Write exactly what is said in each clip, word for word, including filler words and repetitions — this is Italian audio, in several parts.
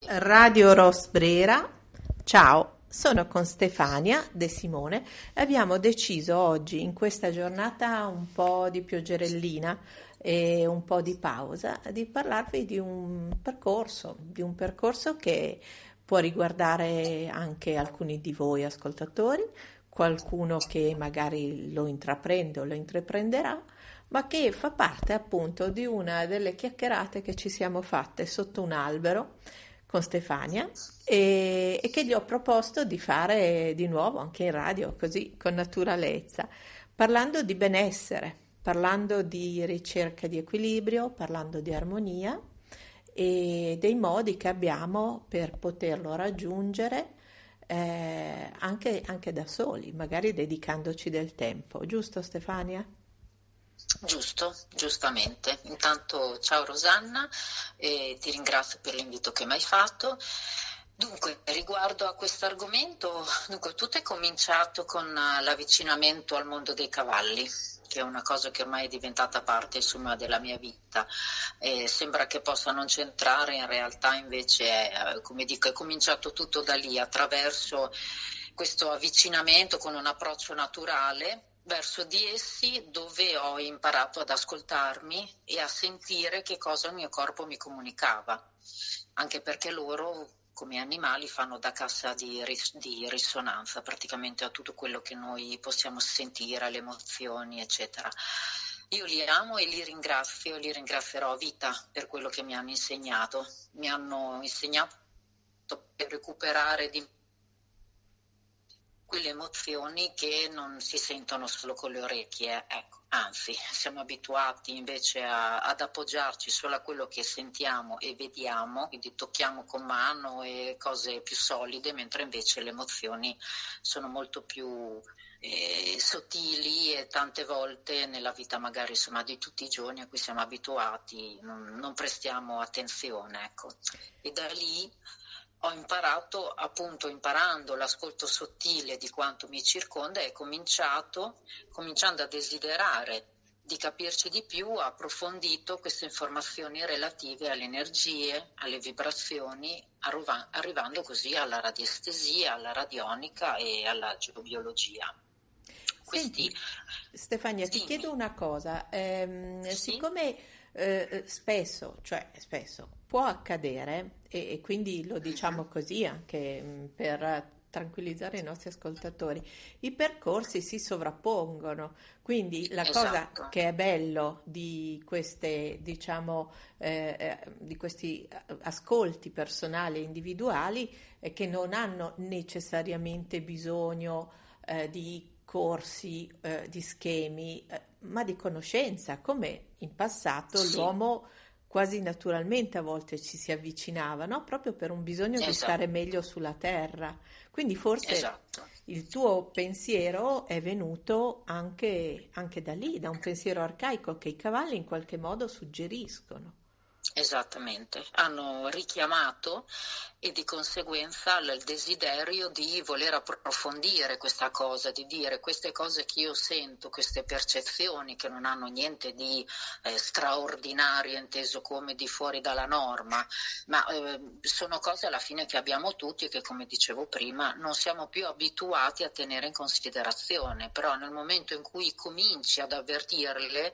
Radio Rosbrera. Ciao, sono con Stefania De Simone e abbiamo deciso oggi, in questa giornata un po' di pioggerellina e un po' di pausa, di parlarvi di un percorso, di un percorso che può riguardare anche alcuni di voi ascoltatori, qualcuno che magari lo intraprende o lo intraprenderà, ma che fa parte appunto di una delle chiacchierate che ci siamo fatte sotto un albero con Stefania e, e che gli ho proposto di fare di nuovo anche in radio, così con naturalezza, parlando di benessere, parlando di ricerca di equilibrio, parlando di armonia e dei modi che abbiamo per poterlo raggiungere eh, anche, anche da soli, magari dedicandoci del tempo. Giusto, Stefania? Giusto, giustamente. Intanto ciao Rosanna, e ti ringrazio per l'invito che mi hai fatto. Dunque, riguardo a questo argomento, dunque, tutto è cominciato con eh, l'avvicinamento al mondo dei cavalli, che è una cosa che ormai è diventata parte, insomma, della mia vita. E sembra che possa non c'entrare, in realtà invece è, eh, come dico, è cominciato tutto da lì, attraverso questo avvicinamento con un approccio naturale verso di essi, dove ho imparato ad ascoltarmi e a sentire che cosa il mio corpo mi comunicava, anche perché loro, come animali, fanno da cassa di, ris- di risonanza praticamente a tutto quello che noi possiamo sentire, alle emozioni, eccetera. Io li amo e li ringrazio, li ringrazierò a vita per quello che mi hanno insegnato. Mi hanno insegnato per recuperare di quelle emozioni che non si sentono solo con le orecchie, ecco, anzi, siamo abituati invece a, ad appoggiarci solo a quello che sentiamo e vediamo, quindi tocchiamo con mano e cose più solide, mentre invece le emozioni sono molto più eh, sottili e tante volte nella vita magari insomma di tutti i giorni a cui siamo abituati non, non prestiamo attenzione, ecco. E da lì ho imparato, appunto imparando l'ascolto sottile di quanto mi circonda, e cominciato, cominciando a desiderare di capirci di più, ho approfondito queste informazioni relative alle energie, alle vibrazioni, arruva- arrivando così alla radiestesia, alla radionica e alla geobiologia. Questi, Senti, Stefania, ti dimmi, chiedo una cosa, ehm, sì? siccome eh, spesso, cioè spesso, può accadere, e, e quindi lo Mhm. diciamo così anche mh, per tranquillizzare i nostri ascoltatori, i percorsi si sovrappongono, quindi la cosa Esatto, che è bello di queste, diciamo, eh, eh, di questi eh, ascolti personali e individuali è che non hanno necessariamente bisogno eh, di corsi, eh, di schemi, eh, ma di conoscenza, come in passato sì, l'uomo quasi naturalmente a volte ci si avvicinava, no? Proprio per un bisogno di stare meglio esatto, sulla terra. Quindi forse esatto. il tuo pensiero è venuto anche, anche da lì, da un pensiero arcaico che i cavalli in qualche modo suggeriscono. Esattamente, hanno richiamato e di conseguenza il desiderio di voler approfondire questa cosa, di dire queste cose che io sento, queste percezioni che non hanno niente di eh, straordinario inteso come di fuori dalla norma, ma eh, sono cose alla fine che abbiamo tutti e che, come dicevo prima, non siamo più abituati a tenere in considerazione, però nel momento in cui cominci ad avvertirle,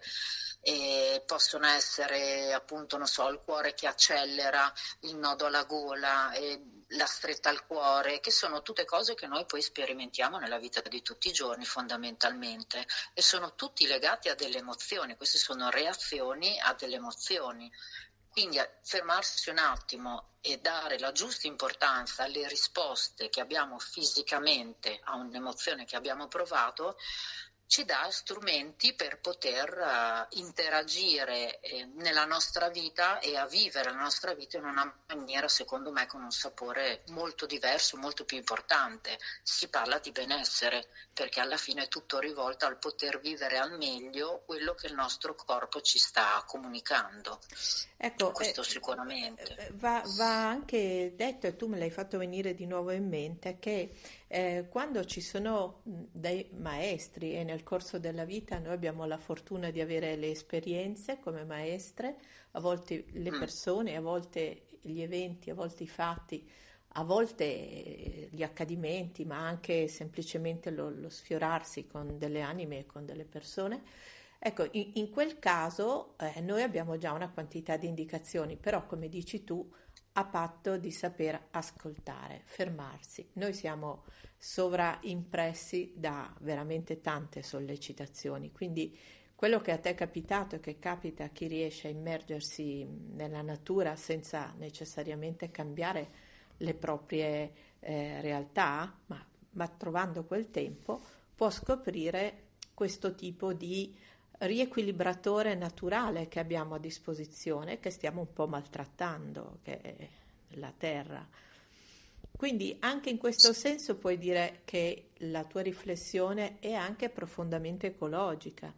e possono essere appunto, non so, il cuore che accelera, il nodo alla gola, e la stretta al cuore, che sono tutte cose che noi poi sperimentiamo nella vita di tutti i giorni fondamentalmente, e sono tutti legati a delle emozioni, queste sono reazioni a delle emozioni. Quindi fermarsi un attimo e dare la giusta importanza alle risposte che abbiamo fisicamente a un'emozione che abbiamo provato ci dà strumenti per poter uh, interagire eh, nella nostra vita e a vivere la nostra vita in una maniera, secondo me, con un sapore molto diverso, molto più importante. Si parla di benessere, perché alla fine è tutto rivolto al poter vivere al meglio quello che il nostro corpo ci sta comunicando. Ecco, eh, Questo sicuramente. eh, va, va anche detto, e tu me l'hai fatto venire di nuovo in mente, che eh, quando ci sono mh, dei maestri e nel corso della vita noi abbiamo la fortuna di avere le esperienze come maestre, a volte le Mm, persone, a volte gli eventi, a volte i fatti, a volte eh, gli accadimenti, ma anche semplicemente lo, lo sfiorarsi con delle anime e con delle persone. Ecco, in, in quel caso eh, noi abbiamo già una quantità di indicazioni, però come dici tu, a patto di saper ascoltare, fermarsi. Noi siamo sovraimpressi da veramente tante sollecitazioni, quindi quello che a te è capitato e che capita a chi riesce a immergersi nella natura senza necessariamente cambiare le proprie eh, realtà, ma, ma trovando quel tempo, può scoprire questo tipo di riequilibratore naturale che abbiamo a disposizione, che stiamo un po' maltrattando, che è la terra. Quindi anche in questo senso puoi dire che la tua riflessione è anche profondamente ecologica.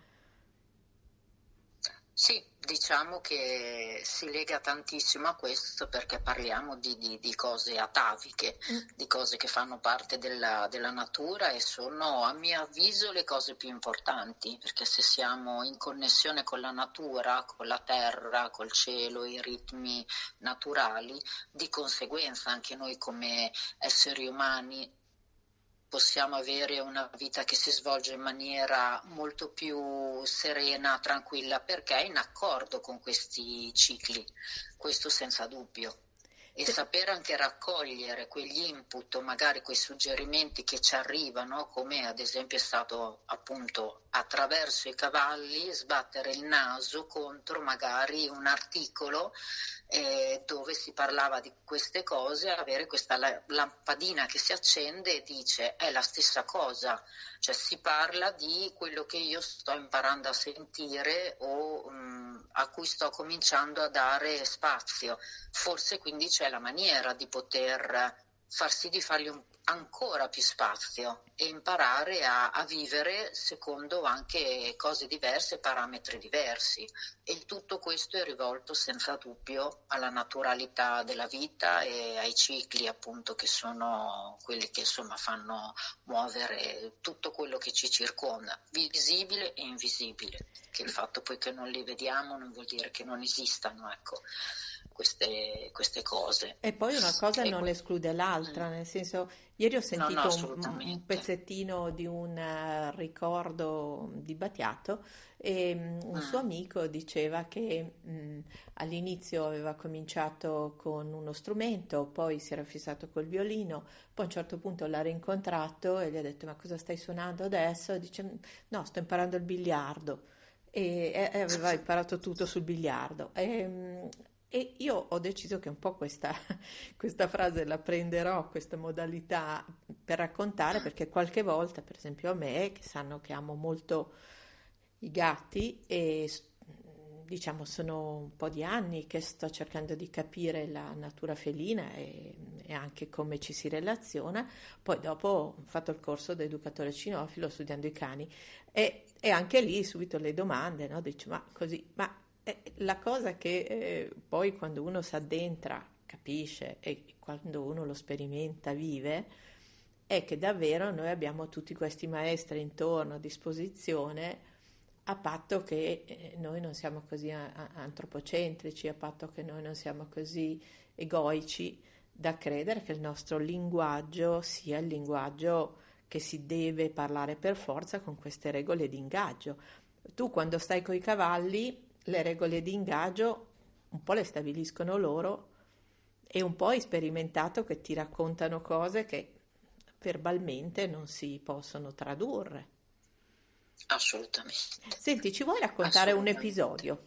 Sì, diciamo che si lega tantissimo a questo perché parliamo di, di- di cose ataviche, Mm. di cose che fanno parte della, della natura e sono, a mio avviso, le cose più importanti, perché se siamo in connessione con la natura, con la terra, col cielo, i ritmi naturali, di conseguenza anche noi come esseri umani possiamo avere una vita che si svolge in maniera molto più serena, tranquilla, perché è in accordo con questi cicli, questo senza dubbio. E Se- sapere anche raccogliere quegli input o magari quei suggerimenti che ci arrivano, come ad esempio è stato appunto attraverso i cavalli sbattere il naso contro magari un articolo eh, dove si parlava di queste cose, avere questa la- lampadina che si accende e dice è la stessa cosa, cioè si parla di quello che io sto imparando a sentire o mh, a cui sto cominciando a dare spazio. Forse quindi c'è la maniera di poter far sì di fargli un- ancora più spazio e imparare a, a vivere secondo anche cose diverse, parametri diversi. E tutto questo è rivolto senza dubbio alla naturalità della vita e ai cicli appunto che sono quelli che insomma fanno muovere tutto quello che ci circonda, visibile e invisibile, che il fatto poi che non li vediamo non vuol dire che non esistano, ecco, queste, queste cose. E poi una cosa E non que- esclude Mm. l'altra, nel senso, ieri ho No, no, sentito un, un assolutamente. pezzettino di un eh, ricordo di Battiato e mm, un suo Mm. amico diceva che mm, all'inizio aveva cominciato con uno strumento, poi si era fissato col violino, poi a un certo punto l'ha rincontrato e gli ha detto: Ma cosa stai suonando adesso? E dice: No, sto imparando il biliardo. E, e aveva imparato tutto sul biliardo. E, mm, e io ho deciso che un po' questa, questa frase la prenderò, questa modalità per raccontare, perché qualche volta, per esempio a me, che sanno che amo molto i gatti e s- diciamo sono un po' di anni che sto cercando di capire la natura felina e, e anche come ci si relaziona, poi dopo ho fatto il corso da educatore cinofilo studiando i cani e, e anche lì subito le domande, no? Dici, ma così, ma eh, la cosa che eh, poi quando uno si addentra, capisce e quando uno lo sperimenta, vive, è che davvero noi abbiamo tutti questi maestri intorno a disposizione, a patto che eh, noi non siamo così a- a- antropocentrici, a patto che noi non siamo così egoici da credere che il nostro linguaggio sia il linguaggio che si deve parlare per forza con queste regole di ingaggio. Tu quando stai coi cavalli, le regole di ingaggio un po' le stabiliscono loro e un po' hai sperimentato che ti raccontano cose che verbalmente non si possono tradurre. Assolutamente, Senti, ci vuoi raccontare un assolutamente. episodio?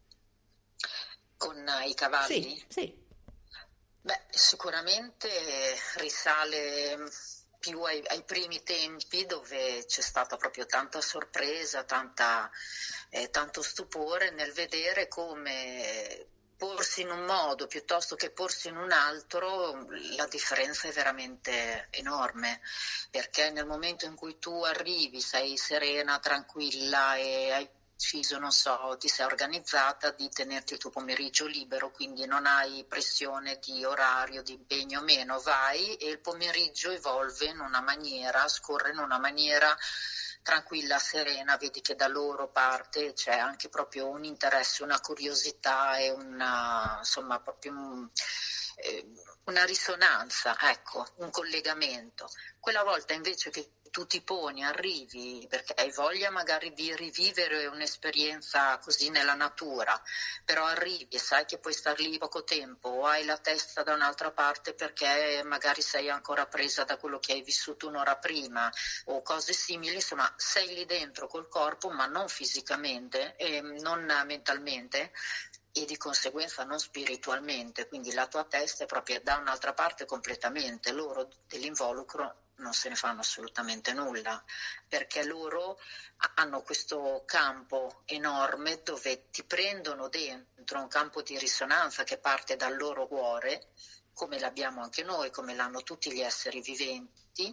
Con eh, i Sì, cavalli? sì. Beh, sicuramente risale mm, più ai, ai primi tempi dove c'è stata proprio tanta sorpresa, tanta, eh, tanto stupore nel vedere come porsi in un modo piuttosto che porsi in un altro, la differenza è veramente enorme, perché nel momento in cui tu arrivi, sei serena, tranquilla e hai deciso, non so, ti sei organizzata di tenerti il tuo pomeriggio libero, quindi non hai pressione di orario, di impegno o meno, vai e il pomeriggio evolve in una maniera, scorre in una maniera tranquilla, serena, vedi che da loro parte c'è anche proprio un interesse, una curiosità e una, insomma, proprio un, eh, una risonanza, ecco, un collegamento. Quella volta invece che tu ti poni, arrivi perché hai voglia magari di rivivere un'esperienza così nella natura, però arrivi e sai che puoi star lì poco tempo o hai la testa da un'altra parte perché magari sei ancora presa da quello che hai vissuto un'ora prima o cose simili, insomma sei lì dentro col corpo ma non fisicamente e non mentalmente e di conseguenza non spiritualmente, quindi la tua testa è proprio da un'altra parte completamente, loro dell'involucro non se ne fanno assolutamente nulla, perché loro hanno questo campo enorme dove ti prendono dentro, un campo di risonanza che parte dal loro cuore, come l'abbiamo anche noi, come l'hanno tutti gli esseri viventi,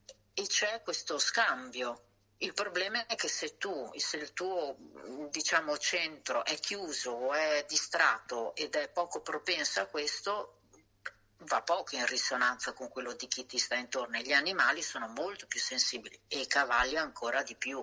e c'è questo scambio. Il problema è che se tu, se il tuo diciamo centro è chiuso o è distratto ed è poco propenso a questo, va poco in risonanza con quello di chi ti sta intorno e gli animali sono molto più sensibili e i cavalli ancora di più.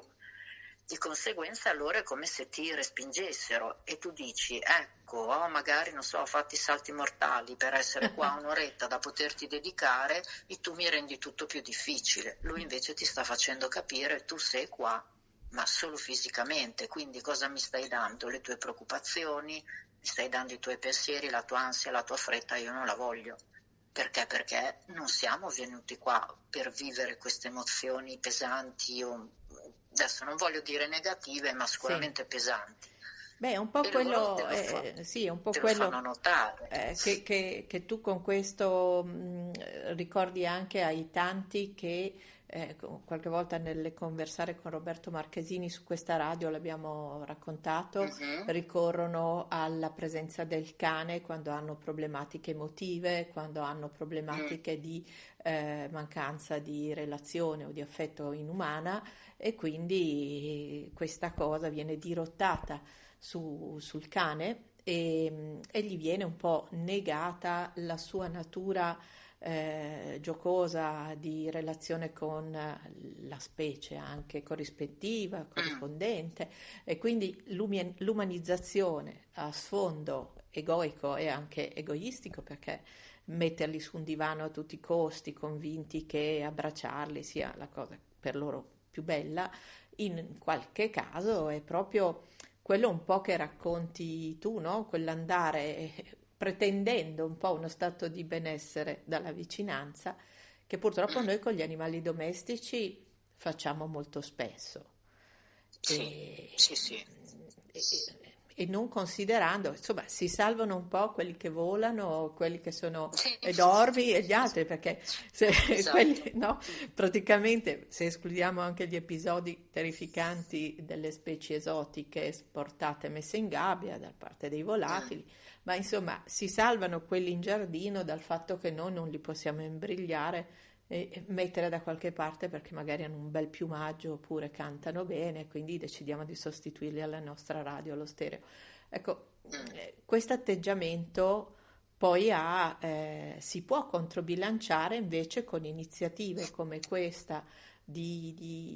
Di conseguenza allora è come se ti respingessero e tu dici ecco, oh, magari non so, ho fatto i salti mortali per essere qua un'oretta da poterti dedicare e tu mi rendi tutto più difficile. Lui invece ti sta facendo capire tu sei qua ma solo fisicamente, quindi cosa mi stai dando? Le tue preoccupazioni, mi stai dando i tuoi pensieri, la tua ansia, la tua fretta, io non la voglio. Perché? Perché non siamo venuti qua per vivere queste emozioni pesanti o adesso non voglio dire negative, ma sicuramente Sì. pesanti. Beh, è un po' E loro quello, te lo, fa, eh, sì, è un po' te lo fanno quello notare. eh, che, che- che tu con questo mh, ricordi anche ai tanti che eh, co- qualche volta nelle conversare con Roberto Marchesini su questa radio l'abbiamo raccontato, Mhm. ricorrono alla presenza del cane quando hanno problematiche emotive, quando hanno Mm. problematiche di eh, mancanza di relazione o di affetto inumana e quindi questa cosa viene dirottata su- sul cane e, e gli viene un po' negata la sua natura eh, giocosa di relazione con la specie, anche corrispettiva, Mm. corrispondente, e quindi l'umi- l'umanizzazione a sfondo egoico e anche egoistico, perché metterli su un divano a tutti i costi, convinti che abbracciarli sia la cosa per loro più bella, in qualche caso è proprio quello un po' che racconti tu, no? Quell'andare pretendendo un po' uno stato di benessere dalla vicinanza, che purtroppo Mm. noi con gli animali domestici facciamo molto spesso. Sì, E, sì, sì. e- e non considerando, insomma, si salvano un po' quelli che volano, quelli che sono Sì. enormi e gli altri, perché se, quelli, Esatto. no, praticamente se escludiamo anche gli episodi terrificanti delle specie esotiche esportate e messe in gabbia da parte dei Mm. volatili, ma insomma si salvano quelli in giardino dal fatto che noi non li possiamo imbrigliare e mettere da qualche parte perché magari hanno un bel piumaggio oppure cantano bene, quindi decidiamo di sostituirli alla nostra radio, allo stereo. Ecco, Mm. questo atteggiamento poi ha, eh, si può controbilanciare invece con iniziative come questa di,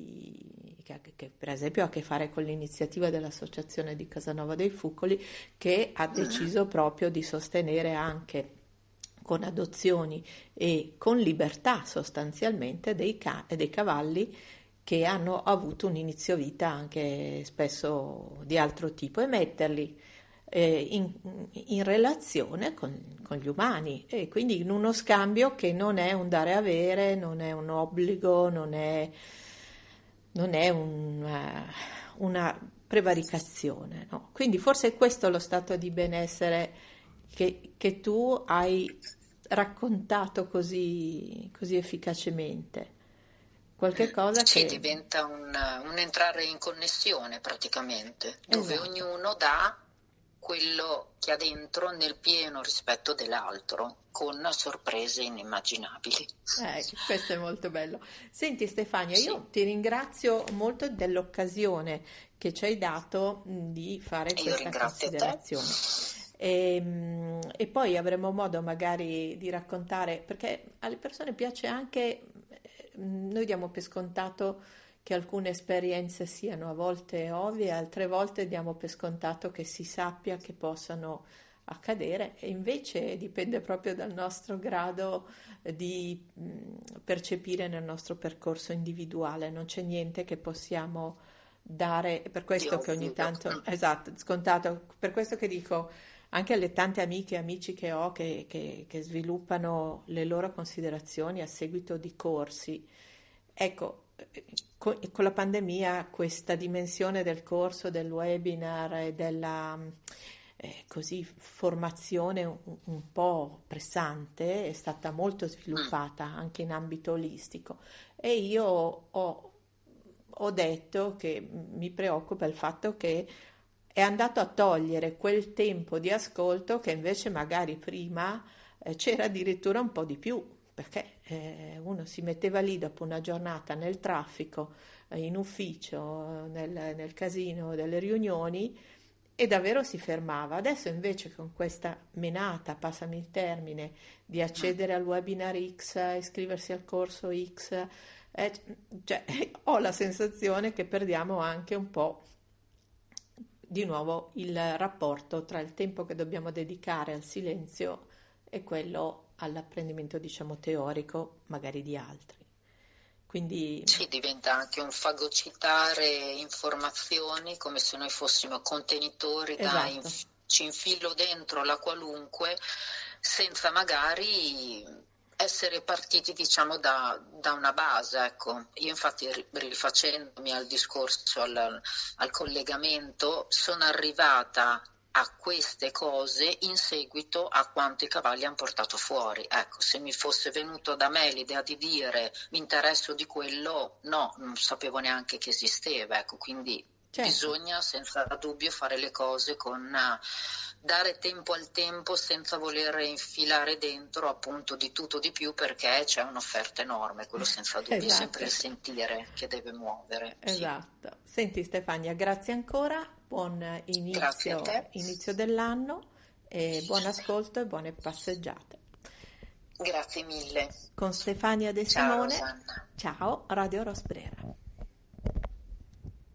di- che, che per esempio ha a che fare con l'iniziativa dell'Associazione di Casanova dei Fucoli che ha Mm. deciso proprio di sostenere anche con adozioni e con libertà sostanzialmente dei, ca- dei cavalli che hanno avuto un inizio vita anche spesso di altro tipo e metterli eh, in, in relazione con, con gli umani e quindi in uno scambio che non è un dare e avere, non è un obbligo, non è, non è un, eh, una prevaricazione, no? Quindi forse è questo lo stato di benessere che, che tu hai raccontato così, così efficacemente. Qualche Mm. cosa Sì, che... diventa un, un entrare in connessione praticamente, dove Esatto. ognuno dà quello che ha dentro nel pieno rispetto dell'altro, con sorprese inimmaginabili. Eh, questo è molto bello. Senti Stefania, Sì, io ti ringrazio molto dell'occasione che ci hai dato mh, di fare e io questa ringrazio te. considerazione. E, mh, e poi avremo modo magari di raccontare, perché alle persone piace anche, eh, mh, noi diamo per scontato che alcune esperienze siano a volte ovvie, altre volte diamo per scontato che si sappia che possano accadere, e invece dipende proprio dal nostro grado di mh, percepire nel nostro percorso individuale. Non c'è niente che possiamo dare, è per questo che ogni tanto, esatto, scontato, per questo che dico anche alle tante amiche e amici che ho che, che, che sviluppano le loro considerazioni a seguito di corsi. Ecco, con, con la pandemia questa dimensione del corso, del webinar e della eh, così formazione un, un po' pressante è stata molto sviluppata anche in ambito olistico, e io ho, ho detto che mi preoccupa il fatto che è andato a togliere quel tempo di ascolto che invece magari prima eh, c'era addirittura un po' di più, perché eh, uno si metteva lì dopo una giornata nel traffico, eh, in ufficio, nel, nel casino delle riunioni, e davvero si fermava. Adesso invece con questa menata, passami il termine, di accedere al webinar X, iscriversi al corso X, eh, cioè, ho la sensazione che perdiamo anche un po' di nuovo il rapporto tra il tempo che dobbiamo dedicare al silenzio e quello all'apprendimento, diciamo, teorico, magari di altri. Quindi sì, diventa anche un fagocitare informazioni come se noi fossimo contenitori da esatto. inf- ci infilo dentro la qualunque, senza magari essere partiti, diciamo, da, da una base. Ecco. Io infatti, rifacendomi al discorso, al, al collegamento, sono arrivata a queste cose in seguito a quanto i cavalli hanno portato fuori. Ecco, se mi fosse venuto da me l'idea di dire mi interesso di quello, no, non sapevo neanche che esisteva. Ecco, quindi certo, bisogna senza dubbio fare le cose con uh, dare tempo al tempo, senza voler infilare dentro appunto di tutto di più, perché c'è un'offerta enorme, quello senza dubbio. Esatto. È sempre il sentire che deve muovere. Esatto. Sì. Senti Stefania, grazie ancora, buon inizio, inizio dell'anno, e buon ascolto e buone passeggiate. Grazie mille. Con Stefania De Simone. Ciao, ciao, Radio Rosbrera.